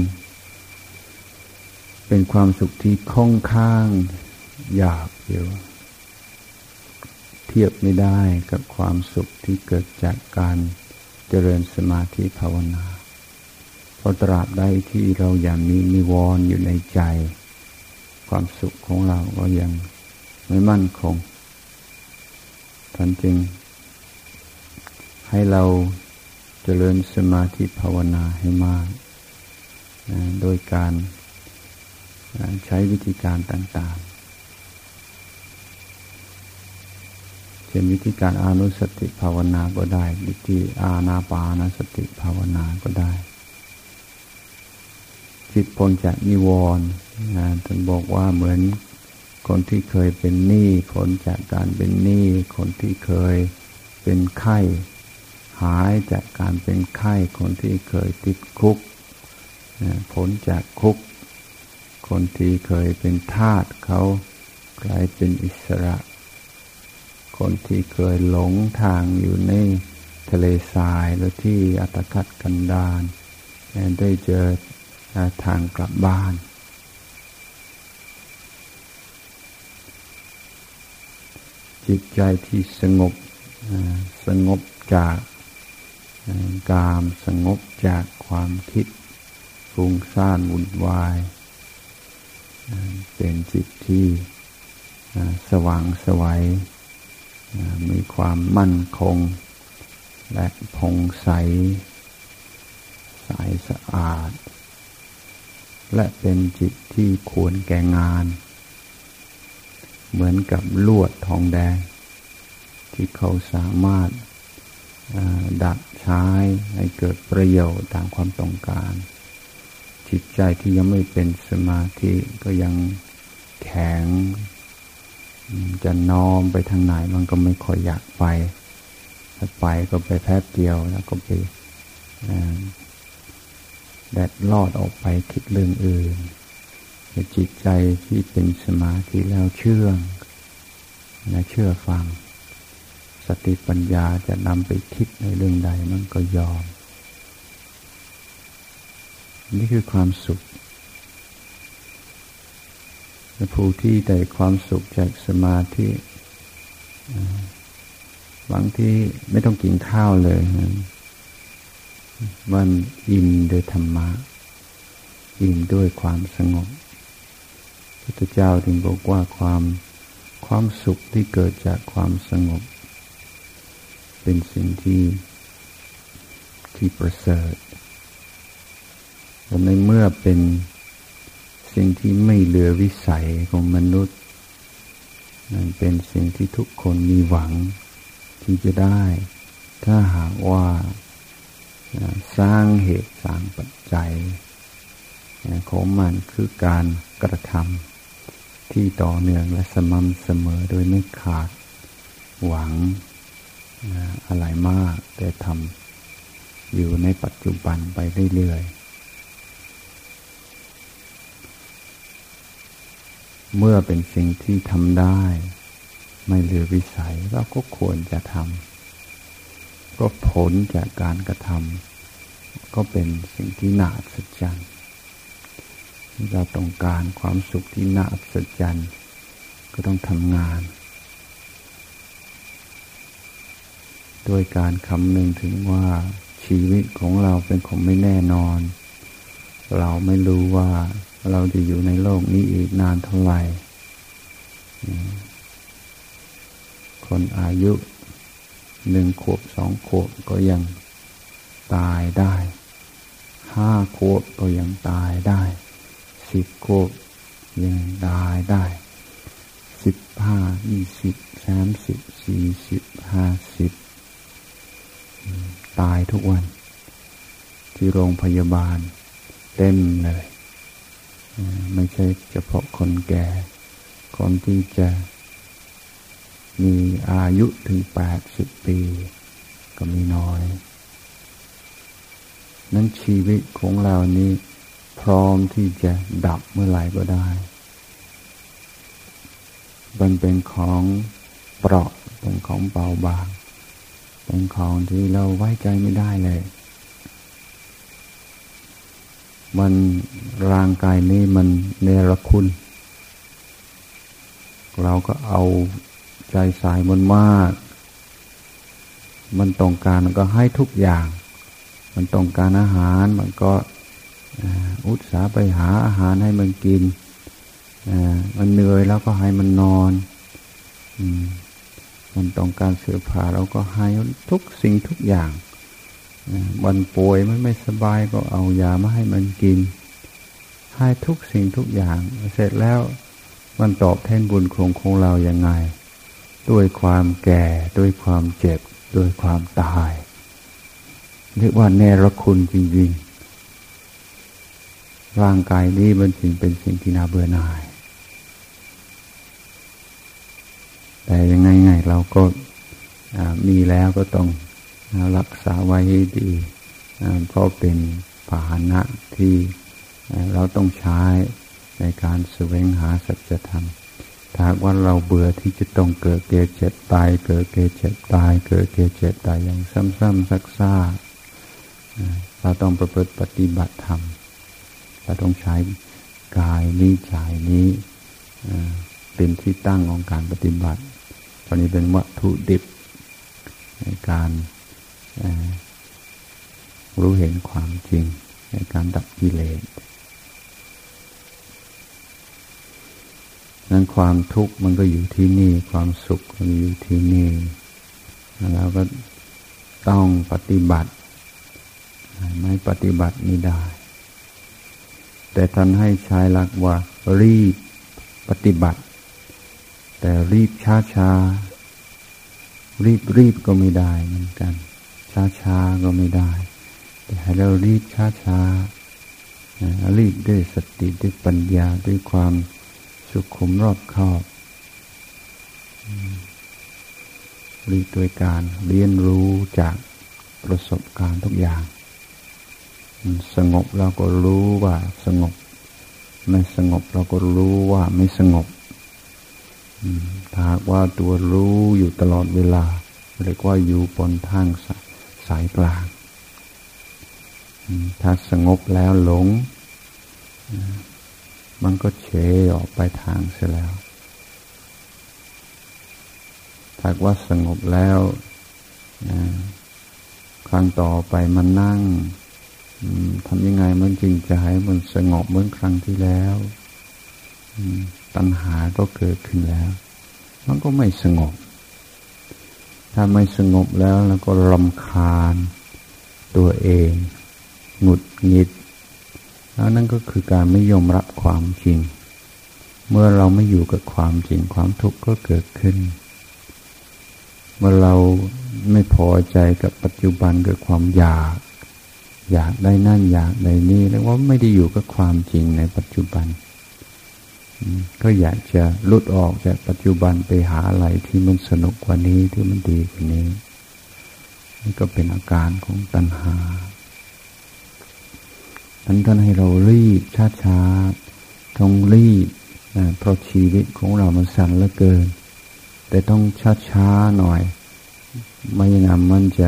เป็นความสุขที่ค่อนข้างหยาบอยู่เทียบไม่ได้กับความสุขที่เกิดจากการเจริญสมาธิภาวนาเพราะตราบใดที่เรายังมีนิวรณ์อยู่ในใจความสุขของเราก็ยังไม่มั่นคงท่านจึงให้เราเจริญสมาธิภาวนาให้มากโดยการใช้วิธีการต่างๆเช่นวิธีการอานุสติภาวนาก็ได้วิธีอานาปานสติภาวนาก็ได้จิตพ้นจากนิวรณ์ท่านบอกว่าเหมือนคนที่เคยเป็นหนี้พ้นจากการเป็นหนี้คนที่เคยเป็นไข้หายจากการเป็นไข้คนที่เคยติดคุกพ้นจากคุกคนที่เคยเป็นทาสเขากลายเป็นอิสระคนที่เคยหลงทางอยู่ในทะเลทรายหรือที่อัตคัดกันดารได้เจอทางกลับบ้านจิตใจที่สงบจากกามสงบจากความคิดฟุ้งซ่านวุ่นวายเป็นจิตที่สว่างไสวมีความมั่นคงและผ่องใสใสสะอาดและเป็นจิตที่ควรแก่งานเหมือนกับลวดทองแดงที่เขาสามารถดัดใช้ให้เกิดประโยชน์ตามความต้องการจิตใจที่ยังไม่เป็นสมาธิก็ยังแข็งจะน้อมไปทางไหนมันก็ไม่ค่อยอยากไปถ้าไปก็ไปแป๊บเดียวแล้วก็ไปแดดลอดออกไปคิดเรื่องอื่นจิตใจที่เป็นสมาธิแล้วเชื่องและเชื่อฟังสติปัญญาจะนำไปคิดในเรื่องใดมันก็ยอมนี่คือความสุขผู้ที่ได้ความสุขจากสมาธิบางที่ไม่ต้องกินข้าวเลยมันอิ่มด้วยธรรมะอิ่มด้วยความสงบพระพุทธเจ้าถึงบอกว่าความสุขที่เกิดจากความสงบเป็นสิ่งที่ประเสริฐแต่ในเมื่อเป็นสิ่งที่ไม่เหลือวิสัยของมนุษย์นั่นเป็นสิ่งที่ทุกคนมีหวังที่จะได้ถ้าหากว่าสร้างเหตุสร้างปัจจัยของมันคือการกระทำที่ต่อเนื่องและสม่ำเสมอโดยไม่ขาดหวังอะไรมากแต่ทำอยู่ในปัจจุบันไปเรื่อยๆเมื่อเป็นสิ่งที่ทำได้ไม่เหลือวิสัยเราก็ควรจะทำก็ผลจากการกระทำก็เป็นสิ่งที่น่าอัศจรรย์เราต้องการความสุขที่น่าอัศจรรย์ก็ต้องทำงานโดยการคำนึงถึงว่าชีวิตของเราเป็นของไม่แน่นอนเราไม่รู้ว่าเราจะอยู่ในโลกนี้อีกนานเท่าไหร่คนอายุ1 ขวบ2 ขวบก็ยังตายได้5 ขวบก็ยังตายได้10 ขวบยังตายได้15 20 30 40 50ตายทุกวันที่โรงพยาบาลเต็มเลยไม่ใช่เฉพาะคนแก่คนที่จะมีอายุถึง80 ปีก็มีน้อยนั้นชีวิตของเรานี้พร้อมที่จะดับเมื่อไหร่ก็ได้มันเป็นของเปราะเป็นของเบาบางเป็นของที่เราไว้ใจไม่ได้เลยมันร่างกายนี้มันเนรคุณเราก็เอาใจใส่มันมากมันต้องการมันก็ให้ทุกอย่างมันต้องการอาหารมันก็อุตส่าห์ไปหาอาหารให้มันกินมันเหนื่อยแล้วก็ให้มันนอนมันต้องการเสื้อผ้าเราก็ให้ทุกสิ่งทุกอย่างมันป่วยมันไม่สบายก็เอายามาให้มันกินให้ทุกสิ่งทุกอย่างเสร็จแล้วมันตอบแทนบุญของเราอย่างไงด้วยความแก่ด้วยความเจ็บด้วยความตายเรียกว่าเนรคุณจริงๆร่างกายนี้มันจึงเป็นสิ่งที่น่าเบื่อหน่ายแต่ยังไงเราก็มีแล้วก็ต้องรักษาไว้ให้ดีเพราะเป็นพาหนะที่เราต้องใช้ในการแสวงหาสัจธรรมถ้าว่าเราเบื่อที่จะต้องเกิดแก่เจ็บตายเกิดแก่เจ็บตายเกิดแก่เจ็บตายอย่างซ้ำๆซักๆเราต้องประพฤติปฏิบัติธรรมเราต้องใช้กายนี้ใจนี้เป็นที่ตั้งของการปฏิบัติตอนนี้เป็นวัตถุดิบในการรู้เห็นความจริงในการดับกิเลสนั้นความทุกข์มันก็อยู่ที่นี่ความสุขมันอยู่ที่นี่แล้วก็ต้องปฏิบัติไม่ปฏิบัติไม่ได้แต่ท่านให้ใช้หลักว่ารีบปฏิบัติแต่รีบช้ารีบก็ไม่ได้เหมือนกันช้าก็ไม่ได้แต่ให้เรารีบช้ารีบด้วยสติด้วยปัญญาด้วยความสุขุมรอบคอบรีบด้วยการเรียนรู้จากประสบการณ์ทุกอย่างสงบเราก็รู้ว่าสงบไม่สงบเราก็รู้ว่าไม่สงบถ้าหากว่าตัวรู้อยู่ตลอดเวลาเรียกว่าอยู่บนทางสายกลางถ้าสงบแล้วหลงมันก็เฉยออกไปทางเสียแล้วถ้าว่าสงบแล้วครั้งต่อไปมันนั่งทำยังไงมันจึงจะให้มันสงบเหมือนครั้งที่แล้วตัณหาก็เกิดขึ้นแล้วมันก็ไม่สงบถ้าไม่สงบแล้วก็รำคาญตัวเองหงุดหงิดแล้วนั่นก็คือการไม่ยอมรับความจริงเมื่อเราไม่อยู่กับความจริงความทุกข์ก็เกิดขึ้นเมื่อเราไม่พอใจกับปัจจุบันเกิดความอยากได้นั่นอยากได้นี่แล้วว่าไม่ได้อยู่กับความจริงในปัจจุบันก็อยากจะหลุดออกจากปัจจุบันไปหาอะไรที่มันสนุกกว่านี้ที่มันดีกว่านี้นี่ก็เป็นอาการของตัณหาท่านให้เรารีบช้าต้องรีบเพราะชีวิตของเรามันสั้นเหลือเกินแต่ต้องช้าหน่อยไม่อย่างนั้น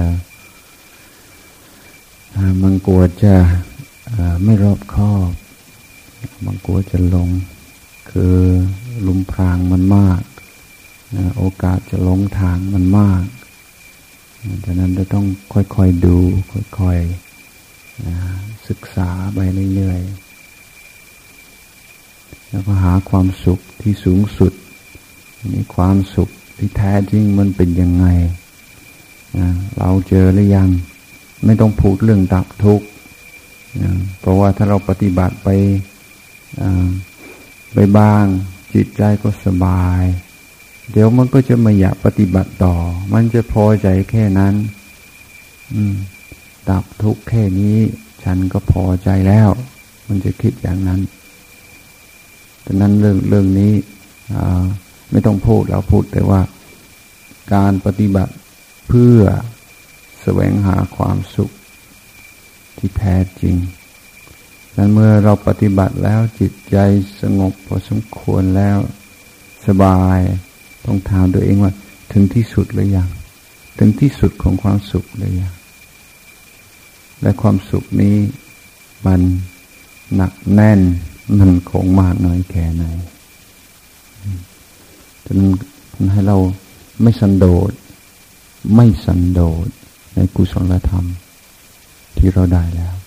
มันกลัวจะไม่รอบคอบมันกลัวจะลงคือลุมพรางมันมากโอกาสจะหลงทางมันมากดังนั้นเราต้องค่อยๆดูค่อยๆศึกษาไปเรื่อยๆแล้วก็หาความสุขที่สูงสุดนี่ความสุขที่แท้จริงมันเป็นยังไงเราเจอหรือยังไม่ต้องพูดเรื่องดับทุกข์เพราะว่าถ้าเราปฏิบัติไปบ้างจิตใจก็สบายเดี๋ยวมันก็จะไม่อยากปฏิบัติต่อมันจะพอใจแค่นั้นดับทุกข์แค่นี้ฉันก็พอใจแล้วมันจะคิดอย่างนั้นดังนั้นเรื่องนี้ไม่ต้องพูดเราพูดแต่ว่าการปฏิบัติเพื่อแสวงหาความสุขที่แท้จริงนั้นเมื่อเราปฏิบัติแล้วจิตใจสงบพอสมควรแล้วสบายต้องถามตัวเองว่าถึงที่สุดหรือยังถึงที่สุดของความสุขหรือยังและความสุขนี้มันหนักแน่นมันคงมากน้อยแค่ไหนฉะนั้นให้เราไม่สันโดษในกุศลธรรมที่เราได้แล้ว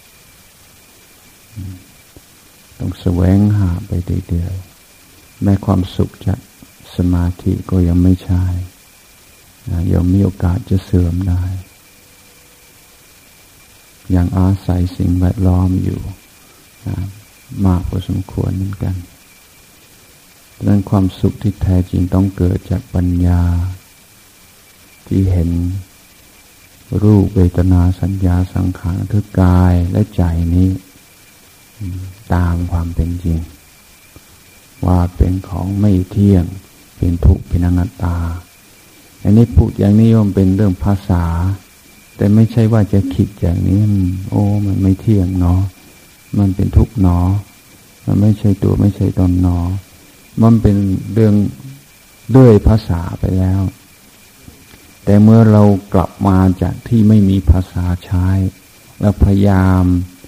ต้องแสวงหาไปเรื่อยๆแม้ความสุขจากสมาธิก็ยังไม่ใช่ยังมีโอกาสจะเสื่อมได้ยังอาศัยสิ่งแวดล้อมอยู่มากพอสมควรเหมือนกันดังนั้นความสุขที่แท้จริงต้องเกิดจากปัญญาที่เห็นรูปเวทนาสัญญาสังขารทุกกายและใจนี้ตามความเป็นจริงว่าเป็นของไม่เที่ยงเป็นทุกข์เป็นอนัตตาอันนี้พูดอย่างนี้มันเป็นเรื่องภาษาแต่ไม่ใช่ว่าจะคิดอย่างนี้มันไม่เที่ยงเนาะมันเป็นทุกข์เนาะมันไม่ใช่ตัวไม่ใช่ตนเนาะมันเป็นเรื่องด้วยภาษาไปแล้วแต่เมื่อเรากลับมาจากที่ไม่มีภาษาใช้แล้วพยายาม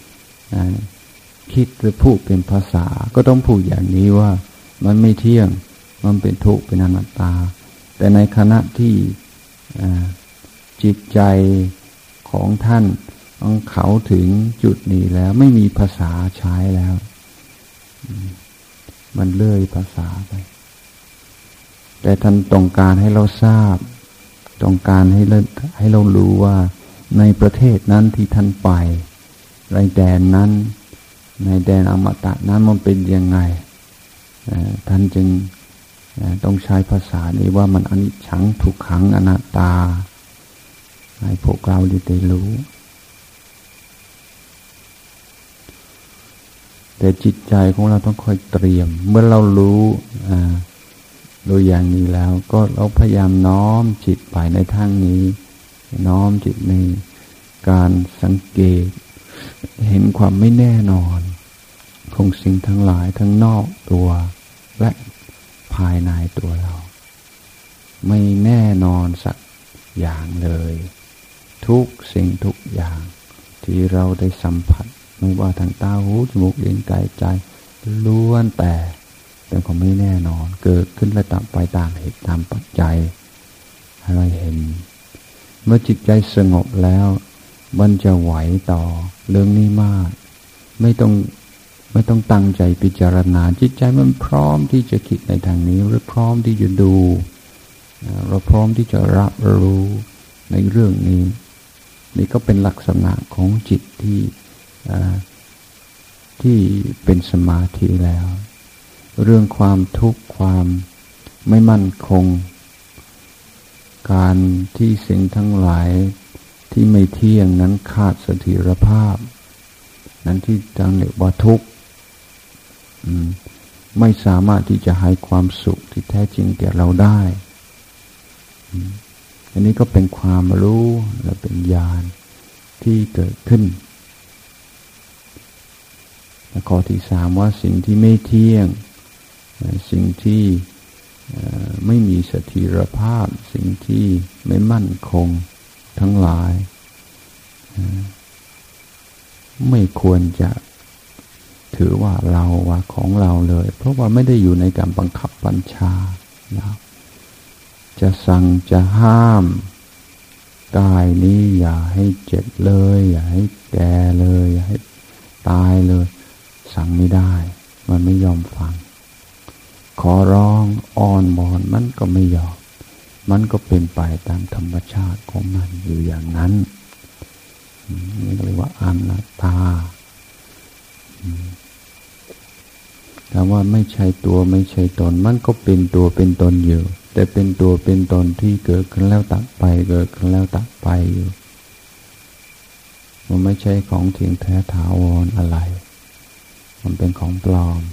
คิดหรือพูดเป็นภาษาก็ต้องพูดอย่างนี้ว่ามันไม่เที่ยงมันเป็นทุกข์เป็นอนัตตาแต่ในขณะที่จิตใจของท่านเขาถึงจุดนี้แล้วไม่มีภาษาใช้แล้วมันเลื่อยภาษาไปแต่ท่านต้องการให้เราทราบต้องการให้เรารู้ว่าในประเทศนั้นที่ท่านไปในแดนนั้นในแดนอมตะนั้นมันเป็นยังไงท่านจึงต้องใช้ภาษานี้ว่ามันอนิจจังทุกขังอนัตตาให้พวกเราได้รู้แต่จิตใจของเราต้องคอยเตรียมเมื่อเรารู้โดยอย่างนี้แล้วก็เราพยายามน้อมจิตไปในทางนี้น้อมจิตในการสังเกตเห็นความไม่แน่นอนของสิ่งทั้งหลายทั้งนอกตัวและภายในตัวเราไม่แน่นอนสักอย่างเลยทุกสิ่งทุกอย่างที่เราได้สัมผัสไม่ว่าทางตาหูจมูกลิ้นกายใจล้วนแต่เป็นความไม่แน่นอนเกิดขึ้นและดับไปตามเหตุตามปัจจัยให้เราเห็นเมื่อจิตใจสงบแล้วมันจะไหวต่อเรื่องนี้มากไม่ต้องตั้งใจพิจารณาจิตใจมันพร้อมที่จะคิดในทางนี้หรือพร้อมที่จะดูเราพร้อมที่จะรับรู้ในเรื่องนี้นี่ก็เป็นลักษณะของจิตที่เป็นสมาธิแล้วเรื่องความทุกข์ความไม่มั่นคงการที่สิ่งทั้งหลายที่ไม่เที่ยงนั้นขาดเสถียรภาพนั้นที่เรียกว่าทุกข์ไม่สามารถที่จะให้ความสุขที่แท้จริงแก่เราได้อันนี้ก็เป็นความรู้และเป็นญาณที่เกิดขึ้นและข้อที่สามว่าสิ่งที่ไม่เที่ยงสิ่งที่ไม่มีเสถียรภาพสิ่งที่ไม่มั่นคงทั้งหลายไม่ควรจะถือว่าเราว่าของเราเลยเพราะว่าไม่ได้อยู่ในการบังคับบัญชานะจะสั่งจะห้ามกายนี้อย่าให้เจ็บเลยอย่าให้แก่เลยอย่าให้ตายเลยสั่งไม่ได้มันไม่ยอมฟังขอร้องอ้อนวอนมันก็ไม่ยอมมันก็เป็นไปตามธรรมชาติของมันอยู่อย่างนั้นนี่เรียกว่าอนัตตาแต่ว่าไม่ใช่ตัวไม่ใช่ตนมันก็เป็นตัวเป็นตนอยู่แต่เป็นตัวเป็นตนที่เกิดขึ้นแล้วตัดไปเกิดขึ้นแล้วตัดไปอยู่มันไม่ใช่ของเที่ยงแท้ถาวรอะไรมันเป็นของปลอม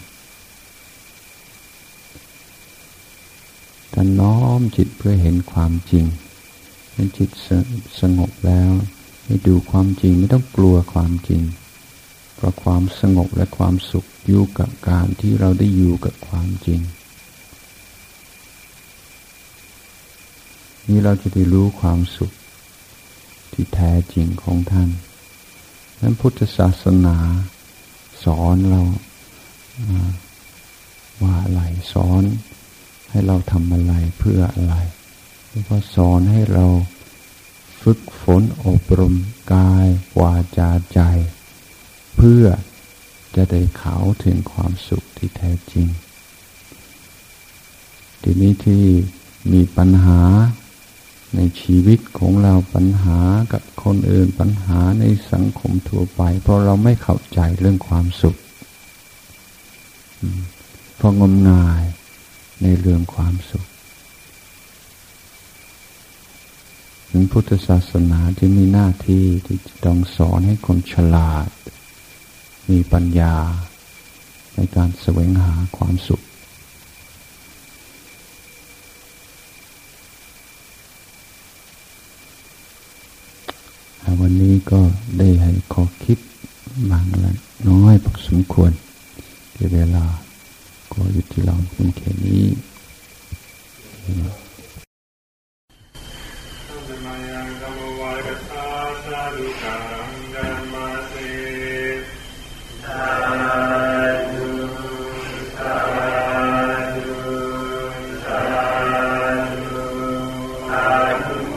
แต่น้อมจิตเพื่อเห็นความจริงให้จิตสงบแล้วให้ดูความจริงไม่ต้องกลัวความจริงเพราะความสงบและความสุขอยู่กับการที่เราได้อยู่กับความจริงนี่เราจะได้รู้ความสุขที่แท้จริงของท่านนั้นพุทธศาสนาสอนเราว่าอะไรสอนให้เราทำอะไรเพื่ออะไรแล้วก็สอนให้เราฝึกฝนอบรมกายวาจาใจเพื่อจะได้เข้าถึงความสุขที่แท้จริงทีนี้ที่มีปัญหาในชีวิตของเราปัญหากับคนอื่นปัญหาในสังคมทั่วไปเพราะเราไม่เข้าใจเรื่องความสุขเพราะงมงายในเรื่องความสุขถึงพุทธศาสนาที่มีหน้าที่ที่จะต้องสอนให้คนฉลาดมีปัญญาในการแสวงหาความสุขวันนี้ก็ได้ให้ข้อคิดบางละน้อยพอสมควรเวลาก็อยู่ที่เราเพียงแค่นี้สาธุ